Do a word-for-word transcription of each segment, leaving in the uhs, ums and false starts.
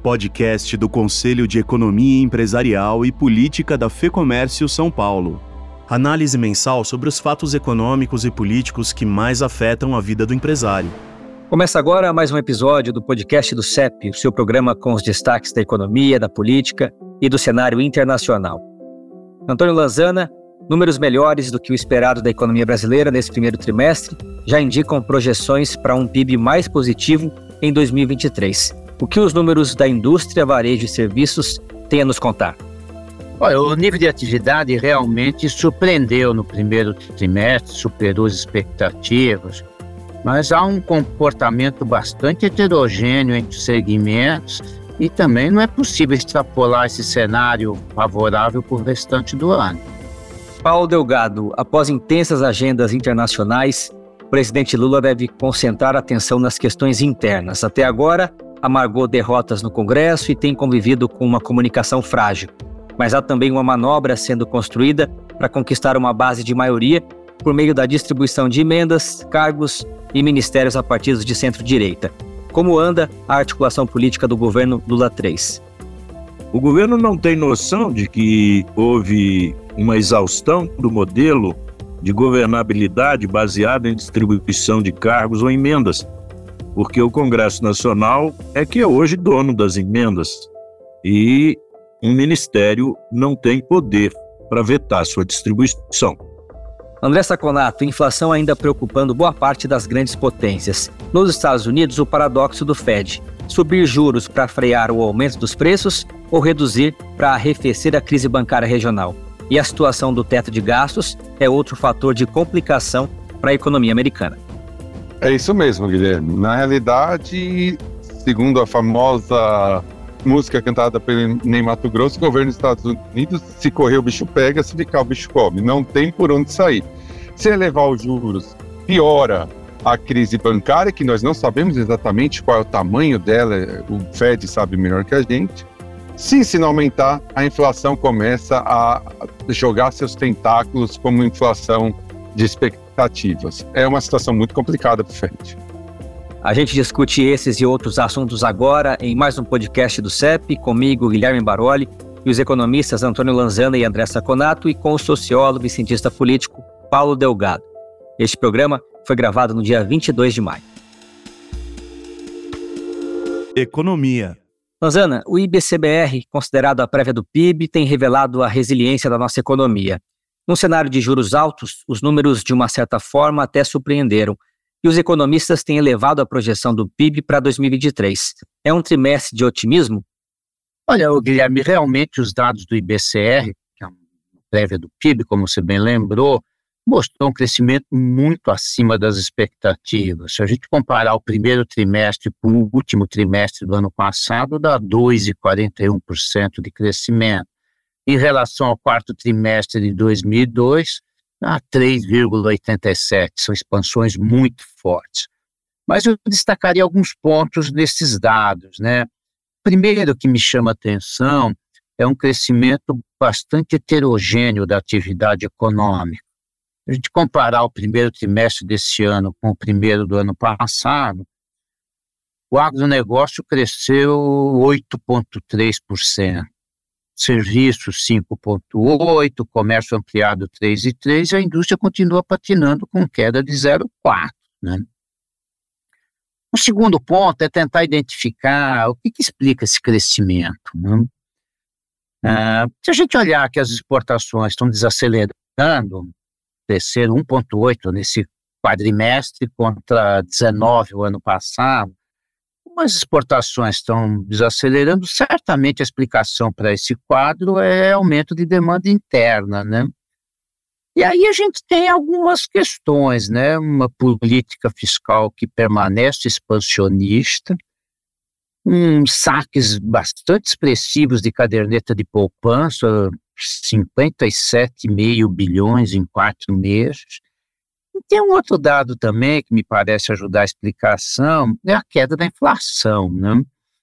podcast do Conselho de Economia Empresarial e Política da FEComércio São Paulo. Análise mensal sobre os fatos econômicos e políticos que mais afetam a vida do empresário. Começa agora mais um episódio do podcast do C E P, o seu programa com os destaques da economia, da política e do cenário internacional. Antônio Lanzana, números melhores do que o esperado da economia brasileira nesse primeiro trimestre já indicam projeções para um P I B mais positivo em dois mil e vinte e três. O que os números da indústria, varejo e serviços têm a nos contar? Olha, o nível de atividade realmente surpreendeu no primeiro trimestre, superou as expectativas, mas há um comportamento bastante heterogêneo entre os segmentos e também não é possível extrapolar esse cenário favorável para o restante do ano. Paulo Delgado, após intensas agendas internacionais, o presidente Lula deve concentrar atenção nas questões internas. Até agora, amargou derrotas no Congresso e tem convivido com uma comunicação frágil. Mas há também uma manobra sendo construída para conquistar uma base de maioria por meio da distribuição de emendas, cargos e ministérios a partidos de centro-direita. Como anda a articulação política do governo Lula três? O governo não tem noção de que houve uma exaustão do modelo de governabilidade baseada em distribuição de cargos ou emendas, porque o Congresso Nacional é que é hoje dono das emendas e um ministério não tem poder para vetar sua distribuição. André Saconato, inflação ainda preocupando boa parte das grandes potências. Nos Estados Unidos, o paradoxo do Fed: subir juros para frear o aumento dos preços ou reduzir para arrefecer a crise bancária regional. E a situação do teto de gastos é outro fator de complicação para a economia americana. É isso mesmo, Guilherme. Na realidade, segundo a famosa música cantada pelo Ney Matogrosso, o governo dos Estados Unidos, se correr o bicho pega, se ficar o bicho come. Não tem por onde sair. Se elevar os juros, piora a crise bancária, que nós não sabemos exatamente qual é o tamanho dela, o Fed sabe melhor que a gente. Se se não aumentar, a inflação começa a jogar seus tentáculos como inflação de expectativas. É uma situação muito complicada para o Fed. A gente discute esses e outros assuntos agora em mais um podcast do C E P, comigo, Guilherme Baroli, e os economistas Antônio Lanzana e André Saconato, e com o sociólogo e cientista político Paulo Delgado. Este programa foi gravado no dia vinte e dois de maio. Economia. Lanzana, o I B C B R, considerado a prévia do P I B, tem revelado a resiliência da nossa economia. Num cenário de juros altos, os números, de uma certa forma, até surpreenderam. E os economistas têm elevado a projeção do P I B para dois mil e vinte e três. É um trimestre de otimismo? Olha, Guilherme, realmente os dados do I B C R, que é uma prévia do P I B, como você bem lembrou, mostrou um crescimento muito acima das expectativas. Se a gente comparar o primeiro trimestre com o último trimestre do ano passado, dá dois vírgula quarenta e um por cento de crescimento. Em relação ao quarto trimestre de dois mil e dois, dá três vírgula oitenta e sete por cento. São expansões muito fortes. Mas eu destacaria alguns pontos nesses dados, né? Primeiro que me chama a atenção é um crescimento bastante heterogêneo da atividade econômica. Se a gente comparar o primeiro trimestre desse ano com o primeiro do ano passado, o agronegócio cresceu oito vírgula três por cento, serviços cinco vírgula oito por cento, comércio ampliado três vírgula três por cento, e a indústria continua patinando com queda de zero vírgula quatro por cento. Né? O segundo ponto é tentar identificar o que, que explica esse crescimento. Né? Ah, se a gente olhar que as exportações estão desacelerando, cresceram um vírgula oito por cento nesse quadrimestre contra dezenove por cento o ano passado, como as exportações estão desacelerando, certamente a explicação para esse quadro é aumento de demanda interna, né? E aí a gente tem algumas questões, né? Uma política fiscal que permanece expansionista, uns saques bastante expressivos de caderneta de poupança, cinquenta e sete vírgula cinco bilhões em quatro meses. E tem um outro dado também que me parece ajudar a explicação, é a queda da inflação, né?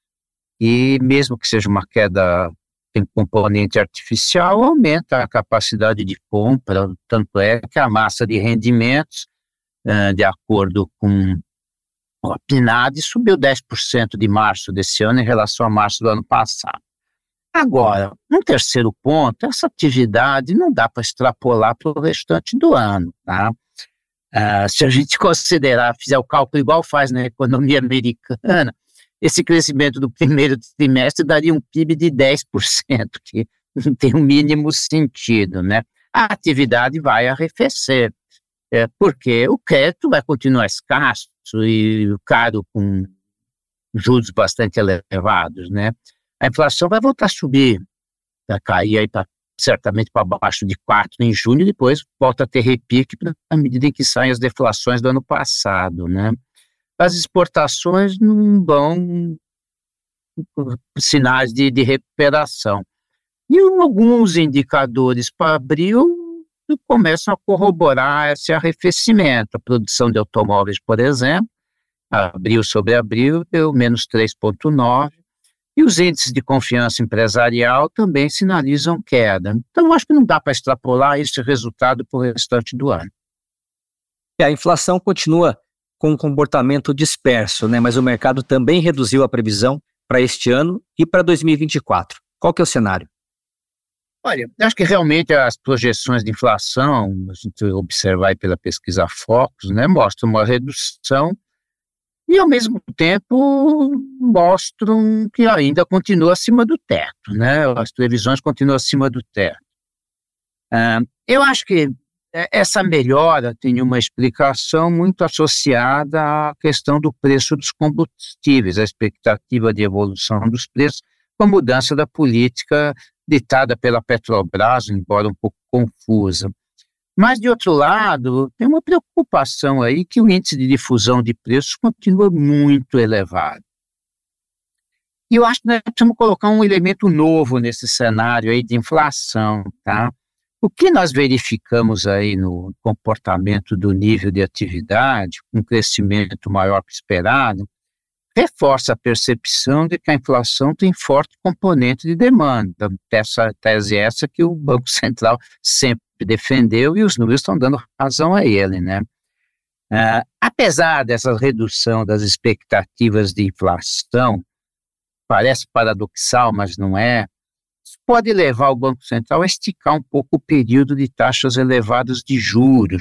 E mesmo que seja uma queda em componente artificial, aumenta a capacidade de compra, tanto é que a massa de rendimentos, de acordo com O P N A D subiu dez por cento de março desse ano em relação a março do ano passado. Agora, um terceiro ponto, essa atividade não dá para extrapolar para o restante do ano, tá? Uh, se a gente considerar, fizer o cálculo igual faz na economia americana, esse crescimento do primeiro trimestre daria um P I B de dez por cento, que não tem o mínimo sentido, né? A atividade vai arrefecer, é, porque o crédito vai continuar escasso e caro com juros bastante elevados, né? A inflação vai voltar a subir, vai cair aí pra, certamente para baixo de quatro em junho e depois volta a ter repique à medida em que saem as deflações do ano passado, né? As exportações não dão sinais de, de recuperação. E alguns indicadores para abril começam a corroborar esse arrefecimento. A produção de automóveis, por exemplo, abril sobre abril deu menos três vírgula nove, e os índices de confiança empresarial também sinalizam queda. Então, eu acho que não dá para extrapolar esse resultado para o restante do ano. A inflação continua com um comportamento disperso, né? Mas o mercado também reduziu a previsão para este ano e para dois mil e vinte e quatro. Qual que é o cenário? Olha, acho que realmente as projeções de inflação, a gente observar aí pela pesquisa Focus, né, mostram uma redução e, ao mesmo tempo, mostram que ainda continua acima do teto, né? As previsões continuam acima do teto. Ah, eu acho que essa melhora tem uma explicação muito associada à questão do preço dos combustíveis, a expectativa de evolução dos preços com a mudança da política ditada pela Petrobras, embora um pouco confusa. Mas, de outro lado, tem uma preocupação aí que o índice de difusão de preços continua muito elevado. E eu acho que nós precisamos colocar um elemento novo nesse cenário aí de inflação, tá? O que nós verificamos aí no comportamento do nível de atividade, um crescimento maior que esperado, reforça a percepção de que a inflação tem forte componente de demanda. Essa tese essa que o Banco Central sempre defendeu e os números estão dando razão a ele, né? Uh, apesar dessa redução das expectativas de inflação, parece paradoxal, mas não é, isso pode levar o Banco Central a esticar um pouco o período de taxas elevadas de juros,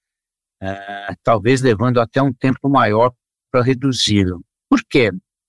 uh, talvez levando até um tempo maior para reduzi-lo. Por quê?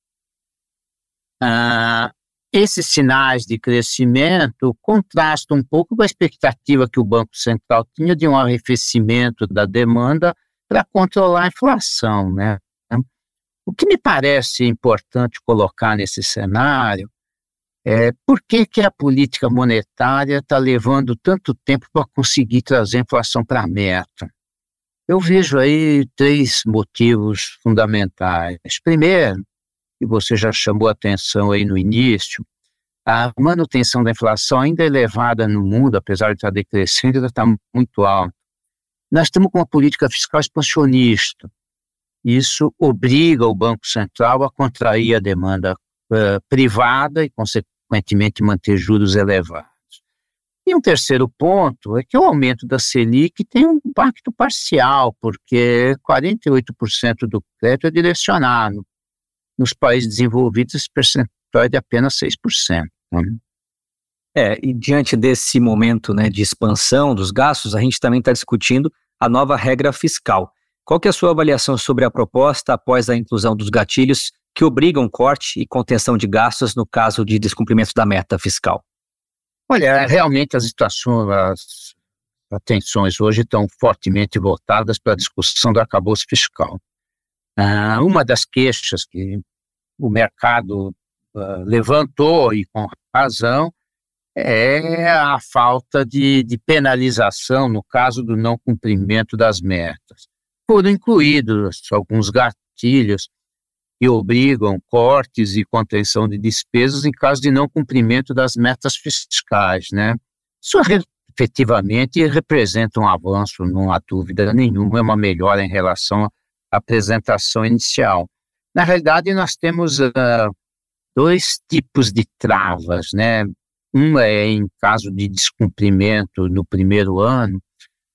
Uh, esses sinais de crescimento contrastam um pouco com a expectativa que o Banco Central tinha de um arrefecimento da demanda para controlar a inflação, né? O que me parece importante colocar nesse cenário é por que, que a política monetária está levando tanto tempo para conseguir trazer a inflação para a meta. Eu vejo aí três motivos fundamentais. Primeiro, que você já chamou a atenção aí no início, a manutenção da inflação ainda é elevada no mundo, apesar de estar decrescendo, ainda está muito alta. Nós estamos com uma política fiscal expansionista. Isso obriga o Banco Central a contrair a demanda uh, privada e, consequentemente, manter juros elevados. E um terceiro ponto é que o aumento da Selic tem um impacto parcial, porque quarenta e oito por cento do crédito é direcionado. Nos países desenvolvidos, esse percentual é de apenas seis por cento. Né? É, e diante desse momento, né, de expansão dos gastos, a gente também está discutindo a nova regra fiscal. Qual que é a sua avaliação sobre a proposta após a inclusão dos gatilhos que obrigam corte e contenção de gastos no caso de descumprimento da meta fiscal? Olha, realmente as situações, as atenções hoje estão fortemente voltadas para a discussão do arcabouço fiscal. Ah, uma das queixas que o mercado uh, levantou, e com razão, é a falta de, de penalização no caso do não cumprimento das metas. Foram incluídos alguns gatilhos que obrigam cortes e contenção de despesas em caso de não cumprimento das metas fiscais, né? Isso efetivamente representa um avanço, não há dúvida nenhuma, é uma melhora em relação à apresentação inicial. Na realidade, nós temos uh, dois tipos de travas, né? Uma é em caso de descumprimento no primeiro ano,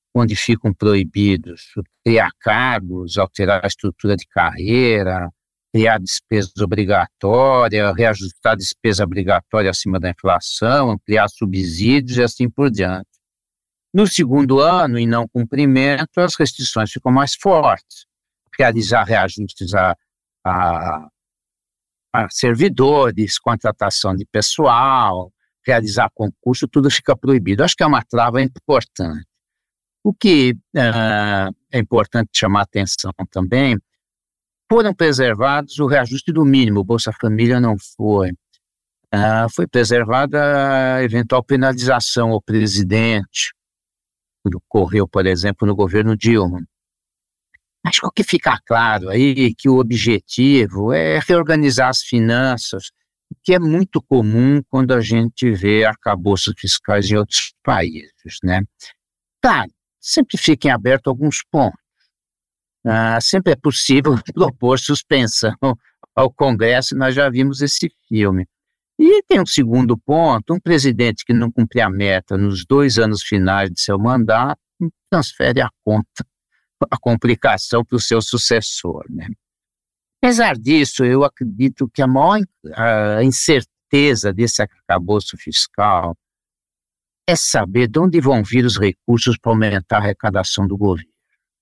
onde ficam proibidos criar cargos, alterar a estrutura de carreira, criar despesa obrigatória, reajustar a despesa obrigatória acima da inflação, ampliar subsídios e assim por diante. No segundo ano, em não cumprimento, as restrições ficam mais fortes. Realizar reajustes a, a, a servidores, contratação de pessoal, realizar concurso, tudo fica proibido. Acho que é uma trava importante. O que uh, é importante chamar a atenção também, foram preservados o reajuste do mínimo, o Bolsa Família não foi. Uh, foi preservada a eventual penalização ao presidente, que ocorreu, por exemplo, no governo Dilma. Acho que o que fica claro aí é que o objetivo é reorganizar as finanças, o que é muito comum quando a gente vê arcabouços fiscais em outros países, né? Claro, sempre fiquem abertos alguns pontos. Ah, sempre é possível propor suspensão ao Congresso, nós já vimos esse filme. E tem um segundo ponto, um presidente que não cumprir a meta nos dois anos finais de seu mandato, transfere a conta, a complicação para o seu sucessor, né? Apesar disso, eu acredito que a maior a incerteza desse arcabouço fiscal é saber de onde vão vir os recursos para aumentar a arrecadação do governo.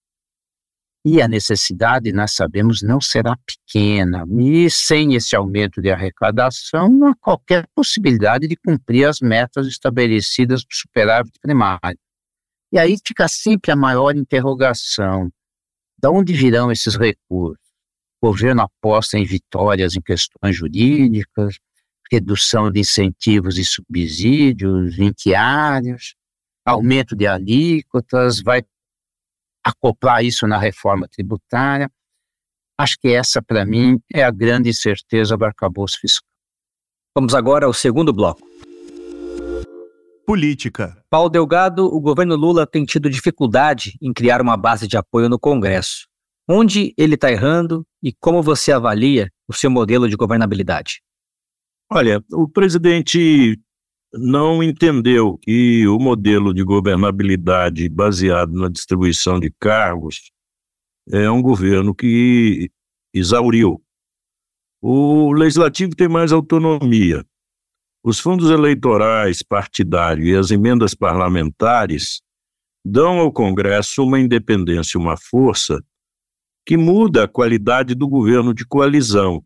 E a necessidade, nós sabemos, não será pequena. E sem esse aumento de arrecadação, não há qualquer possibilidade de cumprir as metas estabelecidas para o superávit primário. E aí fica sempre a maior interrogação. De onde virão esses recursos? O governo aposta em vitórias em questões jurídicas, redução de incentivos e subsídios, em que áreas, aumento de alíquotas, vai acoplar isso na reforma tributária. Acho que essa, para mim, é a grande incerteza do arcabouço fiscal. Vamos agora ao segundo bloco. Política. Paulo Delgado, o governo Lula tem tido dificuldade em criar uma base de apoio no Congresso. Onde ele está errando e como você avalia o seu modelo de governabilidade? Olha, o presidente não entendeu que o modelo de governabilidade baseado na distribuição de cargos é um governo que exauriu. O legislativo tem mais autonomia. Os fundos eleitorais, partidários e as emendas parlamentares dão ao Congresso uma independência, uma força que muda a qualidade do governo de coalizão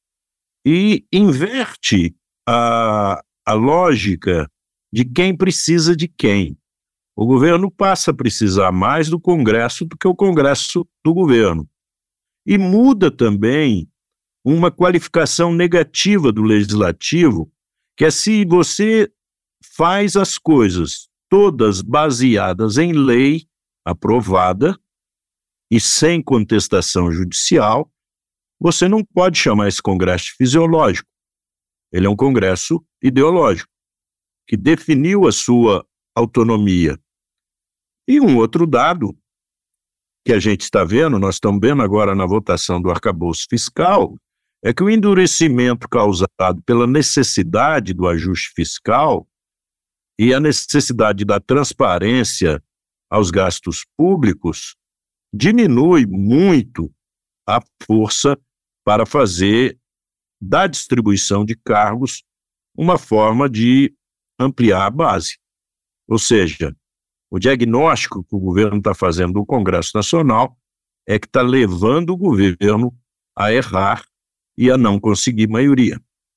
e inverte a, a lógica de quem precisa de quem. O governo passa a precisar mais do Congresso do que o Congresso do governo. E muda também uma qualificação negativa do legislativo, que é se você faz as coisas todas baseadas em lei aprovada e sem contestação judicial, você não pode chamar esse Congresso de fisiológico. Ele é um Congresso ideológico, que definiu a sua autonomia. E um outro dado que a gente está vendo, nós estamos vendo agora na votação do arcabouço fiscal, é que o endurecimento causado pela necessidade do ajuste fiscal e a necessidade da transparência aos gastos públicos diminui muito a força para fazer da distribuição de cargos uma forma de ampliar a base. Ou seja, o diagnóstico que o governo está fazendo do Congresso Nacional é que está levando o governo a errar e a não conseguir maioria.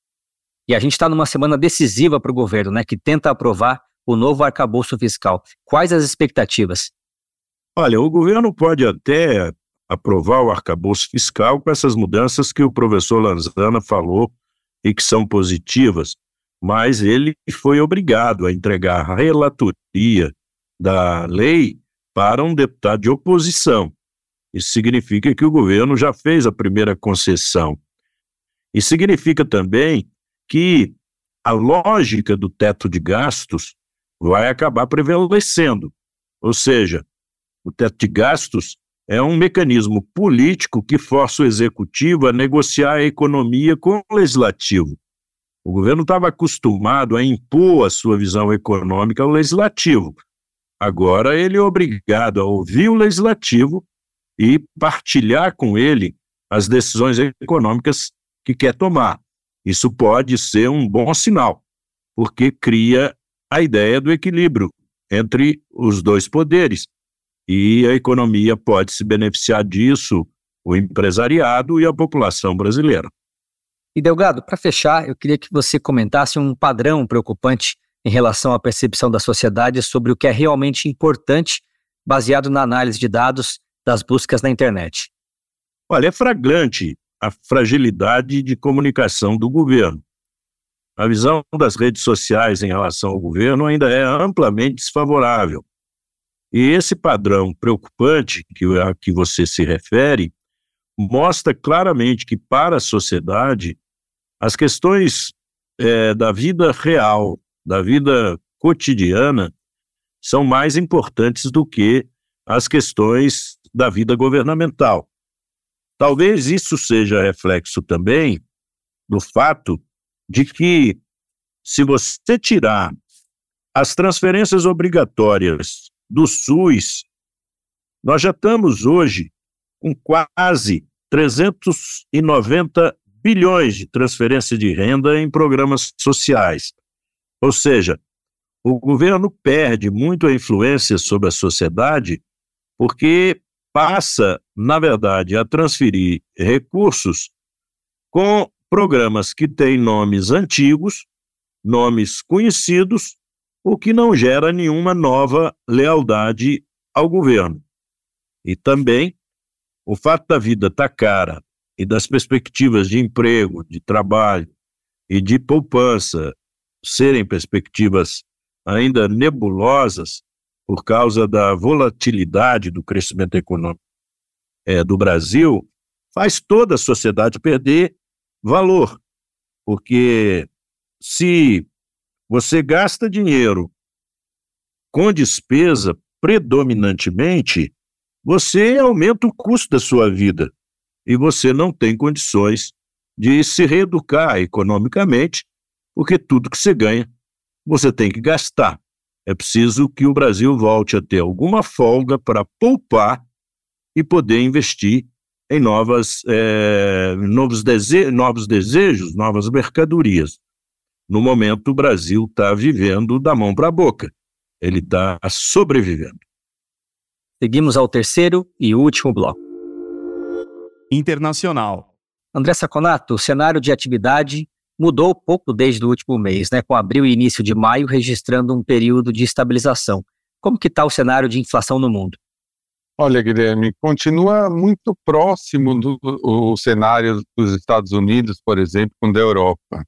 E a gente está numa semana decisiva para o governo, né, que tenta aprovar o novo arcabouço fiscal. Quais as expectativas? Olha, o governo pode até aprovar o arcabouço fiscal com essas mudanças que o professor Lanzana falou e que são positivas, mas ele foi obrigado a entregar a relatoria da lei para um deputado de oposição. Isso significa que o governo já fez a primeira concessão. E significa também que a lógica do teto de gastos vai acabar prevalecendo. Ou seja, o teto de gastos é um mecanismo político que força o executivo a negociar a economia com o legislativo. O governo estava acostumado a impor a sua visão econômica ao legislativo. Agora ele é obrigado a ouvir o legislativo e partilhar com ele as decisões econômicas que quer tomar. Isso pode ser um bom sinal, porque cria a ideia do equilíbrio entre os dois poderes. E a economia pode se beneficiar disso, o empresariado e a população brasileira. E, Delgado, para fechar, eu queria que você comentasse um padrão preocupante em relação à percepção da sociedade sobre o que é realmente importante, baseado na análise de dados das buscas na internet. Olha, é flagrante a fragilidade de comunicação do governo. A visão das redes sociais em relação ao governo ainda é amplamente desfavorável. E esse padrão preocupante que, a que você se refere mostra claramente que, para a sociedade, as questões é, da vida real, da vida cotidiana, são mais importantes do que as questões da vida governamental. Talvez isso seja reflexo também do fato de que, se você tirar as transferências obrigatórias do SUS, nós já estamos hoje com quase trezentos e noventa bilhões de transferência de renda em programas sociais. Ou seja, o governo perde muito a influência sobre a sociedade porque passa, na verdade, a transferir recursos com programas que têm nomes antigos, nomes conhecidos, o que não gera nenhuma nova lealdade ao governo. E também o fato da vida estar cara e das perspectivas de emprego, de trabalho e de poupança serem perspectivas ainda nebulosas por causa da volatilidade do crescimento econômico é, do Brasil, faz toda a sociedade perder valor. Porque se você gasta dinheiro com despesa predominantemente, você aumenta o custo da sua vida e você não tem condições de se reeducar economicamente, porque tudo que você ganha, você tem que gastar. É preciso que o Brasil volte a ter alguma folga para poupar e poder investir em novas, é, novos, dese- novos desejos, novas mercadorias. No momento, o Brasil está vivendo da mão para a boca. Ele está sobrevivendo. Seguimos ao terceiro e último bloco. Internacional. André Saconato, o cenário de atividade mudou pouco desde o último mês, né, com abril e início de maio registrando um período de estabilização. Como que está o cenário de inflação no mundo? Olha, Guilherme, continua muito próximo do o cenário dos Estados Unidos, por exemplo, com o da Europa.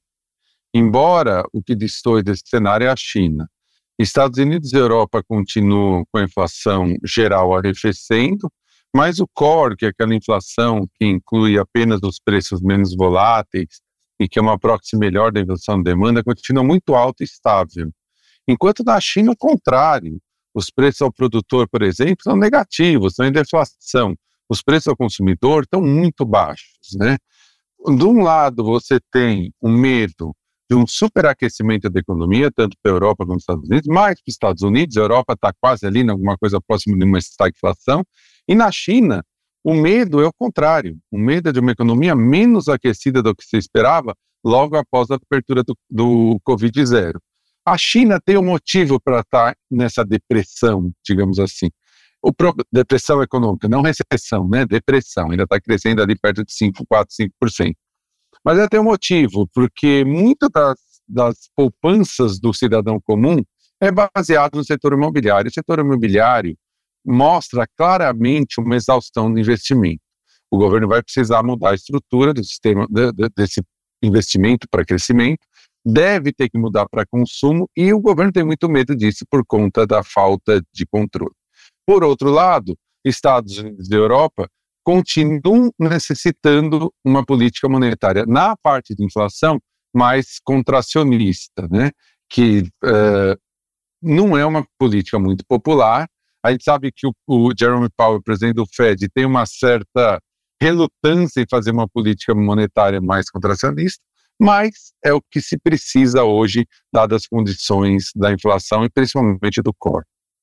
Embora o que destoe desse cenário é a China. Estados Unidos e Europa continuam com a inflação geral arrefecendo, mas o core, que é aquela inflação que inclui apenas os preços menos voláteis e que é uma proxy melhor da inflação de demanda, continua muito alta e estável. Enquanto na China, o contrário. Os preços ao produtor, por exemplo, são negativos, estão em deflação. Os preços ao consumidor estão muito baixos, né? De um lado, você tem o medo de um superaquecimento da economia, tanto para a Europa como para os Estados Unidos, mais para os Estados Unidos, a Europa está quase ali em alguma coisa próxima de uma estagflação, e na China, o medo é o contrário, o medo é de uma economia menos aquecida do que se esperava logo após a apertura do, do covid zero. A China tem um motivo para estar nessa depressão, digamos assim. O pro, depressão econômica, não recessão, né? Depressão, ainda está crescendo ali perto de cinco, quatro, cinco por cento. Mas ela tem um motivo, porque muitas das, das poupanças do cidadão comum é baseado no setor imobiliário. O setor imobiliário mostra claramente uma exaustão do investimento. O governo vai precisar mudar a estrutura do sistema de, de, desse investimento para crescimento, deve ter que mudar para consumo e o governo tem muito medo disso por conta da falta de controle. Por outro lado, Estados Unidos e Europa continuam necessitando uma política monetária na parte de inflação mais contracionista, né? Que uh, não é uma política muito popular. A gente sabe que o, o Jerome Powell, presidente do Fed, tem uma certa relutância em fazer uma política monetária mais contracionista, mas é o que se precisa hoje, dadas as condições da inflação e principalmente do core.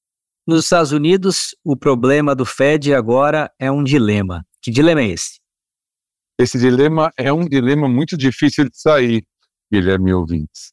Nos Estados Unidos, o problema do Fed agora é um dilema. Que dilema é esse? Esse dilema é um dilema muito difícil de sair, Guilherme e ouvintes.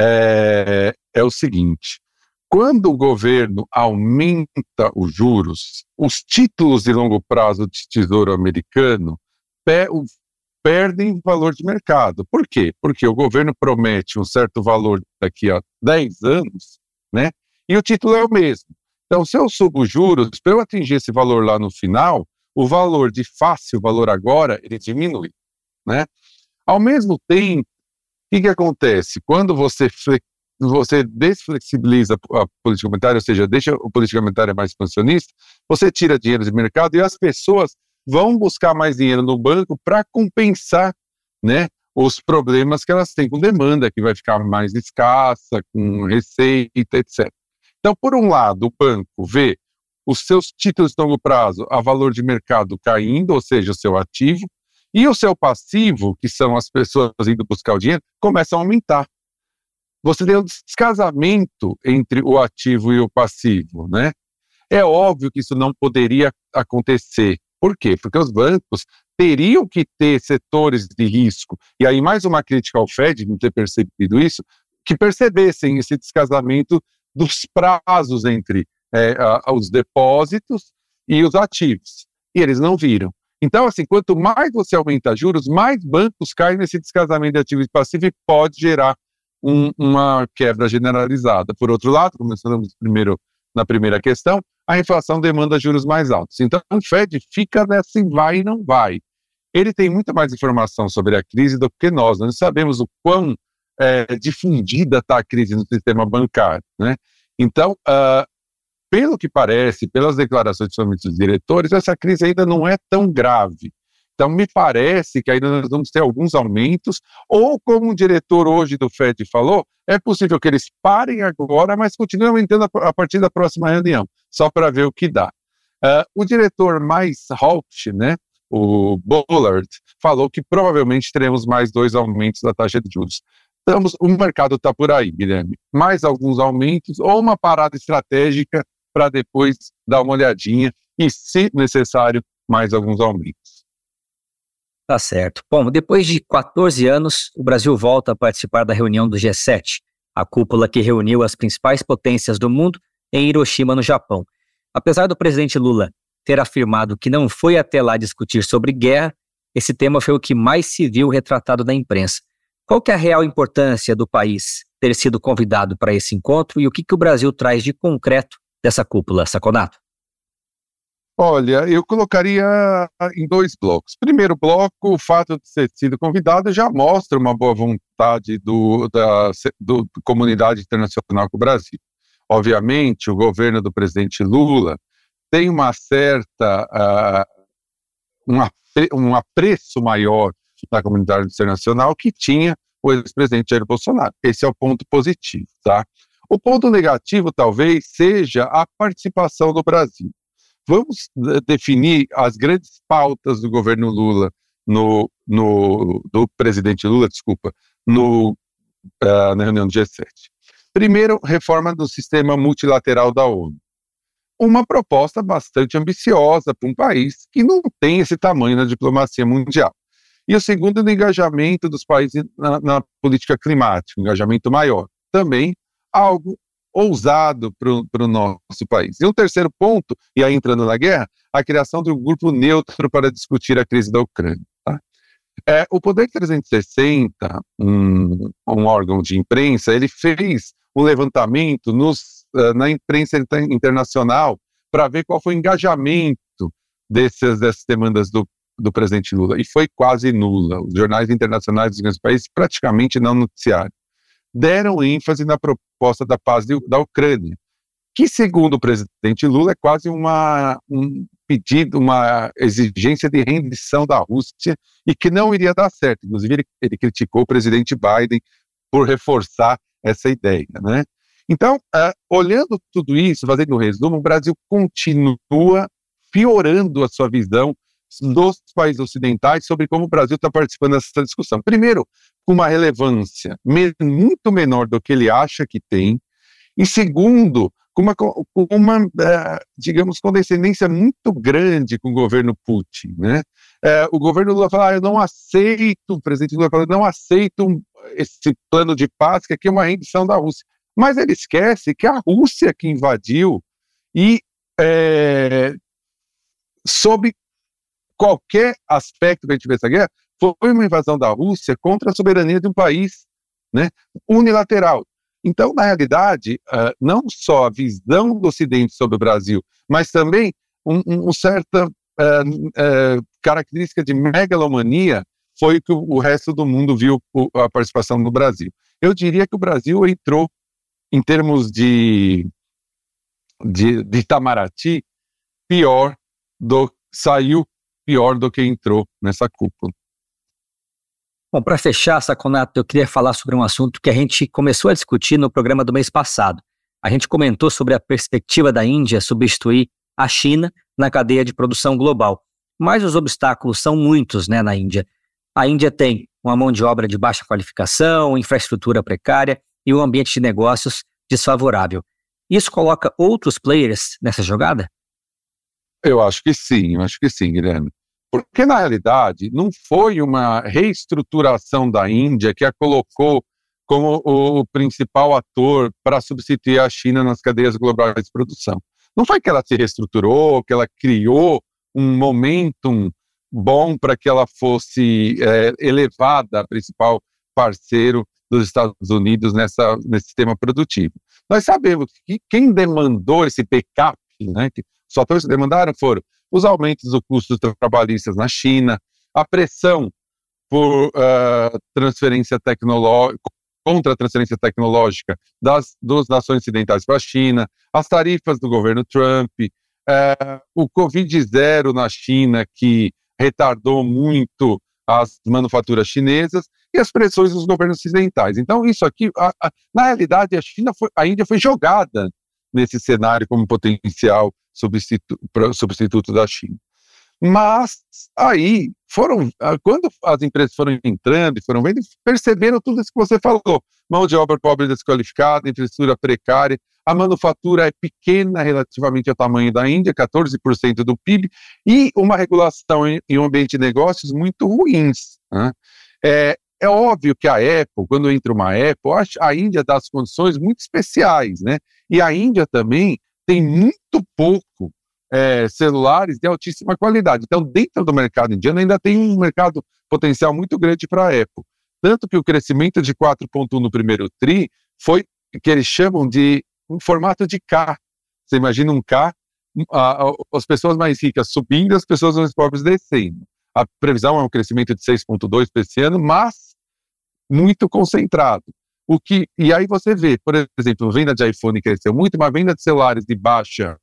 É, é o seguinte, quando o governo aumenta os juros, os títulos de longo prazo de tesouro americano pe- o- perdem valor de mercado. Por quê? Porque o governo promete um certo valor daqui a dez anos, né? E o título é o mesmo. Então, se eu subo os juros, para eu atingir esse valor lá no final, o valor de face, o valor agora, ele diminui, né? Ao mesmo tempo, o que, que acontece? Quando você, fle- você desflexibiliza a política monetária, ou seja, deixa a política monetária mais expansionista, você tira dinheiro de mercado e as pessoas vão buscar mais dinheiro no banco para compensar, né, os problemas que elas têm com demanda, que vai ficar mais escassa, com receita, etcétera. Então, por um lado, o banco vê os seus títulos de longo prazo a valor de mercado caindo, ou seja, o seu ativo, e o seu passivo, que são as pessoas indo buscar o dinheiro, começa a aumentar. Você tem um descasamento entre o ativo e o passivo, né? É óbvio que isso não poderia acontecer. Por quê? Porque os bancos teriam que ter setores de risco, e aí mais uma crítica ao Fed, não ter percebido isso, que percebessem esse descasamento dos prazos entre é, a, os depósitos e os ativos. E eles não viram. Então, assim, quanto mais você aumenta juros, mais bancos caem nesse descasamento de ativo e passivo e pode gerar um, uma quebra generalizada. Por outro lado, começando primeiro na primeira questão, a inflação demanda juros mais altos. Então, o Fed fica nessa e vai e não vai. Ele tem muita mais informação sobre a crise do que nós. Nós sabemos o quão é, difundida está a crise no sistema bancário, né? Então, uh, pelo que parece, pelas declarações dos diretores, essa crise ainda não é tão grave. Então, me parece que ainda nós vamos ter alguns aumentos, ou como o diretor hoje do Fed falou, é possível que eles parem agora, mas continuem aumentando a, a partir da próxima reunião, só para ver o que dá. Uh, o diretor mais hawkish, né, o Bullard, falou que provavelmente teremos mais dois aumentos da taxa de juros. Estamos, o mercado está por aí, Guilherme. Mais alguns aumentos ou uma parada estratégica para depois dar uma olhadinha e, se necessário, mais alguns aumentos. Tá certo. Bom, depois de quatorze anos, o Brasil volta a participar da reunião do G sete, a cúpula que reuniu as principais potências do mundo em Hiroshima, no Japão. Apesar do presidente Lula ter afirmado que não foi até lá discutir sobre guerra, esse tema foi o que mais se viu retratado na imprensa. Qual que é a real importância do país ter sido convidado para esse encontro e o que, que o Brasil traz de concreto dessa cúpula, Saconato? Olha, eu colocaria em dois blocos. Primeiro bloco, o fato de ter sido convidado já mostra uma boa vontade do, da do, comunidade internacional com o Brasil. Obviamente, o governo do presidente Lula tem uma certa, uh, um, apre, um apreço maior da comunidade internacional que tinha o ex-presidente Jair Bolsonaro. Esse é o ponto positivo, tá? O ponto negativo, talvez, seja a participação do Brasil. Vamos definir as grandes pautas do governo Lula, no, no, do presidente Lula, desculpa, no, uh, na reunião do G sete. Primeiro, reforma do sistema multilateral da ONU. Uma proposta bastante ambiciosa para um país que não tem esse tamanho na diplomacia mundial. E o segundo, o engajamento dos países na, na política climática, um engajamento maior. Também algo ousado para o nosso país. E um terceiro ponto, e aí entrando na guerra, a criação de um grupo neutro para discutir a crise da Ucrânia. Tá? É, o Poder trezentos e sessenta, um, um órgão de imprensa, ele fez um levantamento nos, uh, na imprensa internacional para ver qual foi o engajamento dessas, dessas demandas do, do presidente Lula, e foi quase nula. Os jornais internacionais dos grandes países praticamente não noticiaram. Deram ênfase na proposta da paz de, da Ucrânia, que, segundo o presidente Lula, é quase uma, um pedido, uma exigência de rendição da Rússia e que não iria dar certo. Inclusive, ele, ele criticou o presidente Biden por reforçar essa ideia, né? Então, uh, olhando tudo isso, fazendo um resumo, o Brasil continua piorando a sua visão dos países ocidentais sobre como o Brasil está participando dessa discussão. Primeiro, com uma relevância me- muito menor do que ele acha que tem, e segundo, com uma, com uma digamos, condescendência muito grande com o governo Putin, né? É, o governo Lula fala, ah, eu não aceito, o presidente Lula fala, eu não aceito esse plano de paz, que aqui é uma rendição da Rússia. Mas ele esquece que a Rússia que invadiu e, é, sob qualquer aspecto que a gente vê essa guerra, foi uma invasão da Rússia contra a soberania de um país, né, unilateral. Então, na realidade, uh, não só a visão do Ocidente sobre o Brasil, mas também uma um, um certa uh, uh, característica de megalomania foi que o, o resto do mundo viu o, a participação no Brasil. Eu diria que o Brasil entrou, em termos de, de, de Itamaraty, pior do, saiu pior do que entrou nessa cúpula. Bom, para fechar, Sacconato, eu queria falar sobre um assunto que a gente começou a discutir no programa do mês passado. A gente comentou sobre a perspectiva da Índia substituir a China na cadeia de produção global. Mas os obstáculos são muitos, né, na Índia. A Índia tem uma mão de obra de baixa qualificação, infraestrutura precária e um ambiente de negócios desfavorável. Isso coloca outros players nessa jogada? Eu acho que sim, eu acho que sim, Guilherme. Porque, na realidade, não foi uma reestruturação da Índia que a colocou como o principal ator para substituir a China nas cadeias globais de produção. Não foi que ela se reestruturou, que ela criou um momentum bom para que ela fosse é, elevada a principal parceiro dos Estados Unidos nessa, nesse sistema produtivo. Nós sabemos que quem demandou esse backup, né, que os fatores que demandaram foram os aumentos do custo trabalhistas na China, a pressão por uh, transferência tecnológica, contra a transferência tecnológica das duas nações ocidentais para a China, as tarifas do governo Trump, uh, o Covid zero na China, que retardou muito as manufaturas chinesas, e as pressões dos governos ocidentais. Então, isso aqui, a, a, na realidade, a China foi, a Índia foi jogada nesse cenário como potencial substitu, substituto da China. Mas aí foram, quando as empresas foram entrando e foram vendo, perceberam tudo isso que você falou: mão de obra pobre desqualificada, infraestrutura precária, a manufatura é pequena relativamente ao tamanho da Índia, quatorze por cento do P I B, e uma regulação em, em um ambiente de negócios muito ruins, né? É, é óbvio que a Apple, quando entra uma Apple, a Índia dá as condições muito especiais, né? E a Índia também tem muito pouco é, celulares de altíssima qualidade. Então, dentro do mercado indiano, ainda tem um mercado potencial muito grande para a Apple. Tanto que o crescimento de quatro vírgula um no primeiro tri foi o que eles chamam de um formato de K. Você imagina um K, a, a, as pessoas mais ricas subindo e as pessoas mais pobres descendo. A previsão é um crescimento de seis vírgula dois para esse ano, mas muito concentrado. O que, e aí você vê, por exemplo, a venda de iPhone cresceu muito, mas a venda de celulares de, baixa,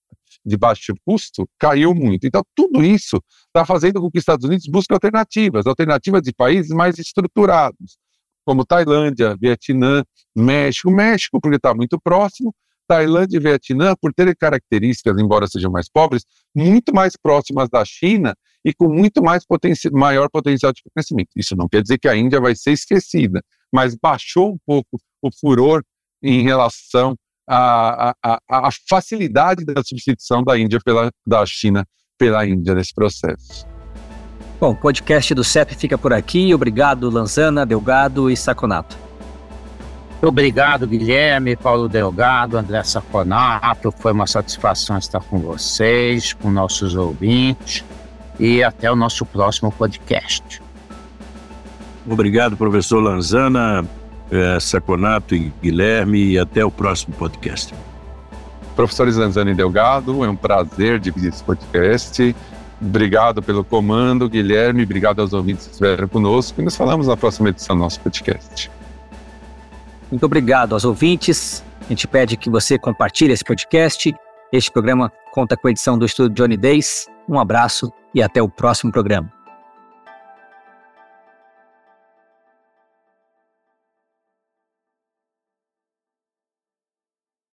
de baixo custo caiu muito. Então, tudo isso está fazendo com que os Estados Unidos busquem alternativas, alternativas de países mais estruturados, como Tailândia, Vietnã, México. México, porque está muito próximo, Tailândia e Vietnã, por terem características, embora sejam mais pobres, muito mais próximas da China e com muito mais potenci- maior potencial de crescimento. Isso não quer dizer que a Índia vai ser esquecida, mas baixou um pouco o furor em relação à, à, à facilidade da substituição da Índia pela, da China pela Índia nesse processo. Bom, o podcast do C E P fica por aqui. Obrigado, Lanzana, Delgado e Sacconato. Obrigado, Guilherme, Paulo Delgado, André Sacconato. Foi uma satisfação estar com vocês, com nossos ouvintes, e até o nosso próximo podcast. Obrigado, professor Lanzana, eh, Sacconato e Guilherme, e até o próximo podcast. Professores Lanzana e Delgado, é um prazer dividir esse podcast. Obrigado pelo comando, Guilherme, obrigado aos ouvintes que estiveram conosco, e nos falamos na próxima edição do nosso podcast. Muito obrigado aos ouvintes. A gente pede que você compartilhe esse podcast. Este programa conta com a edição do Estúdio Johnny Days. Um abraço e até o próximo programa.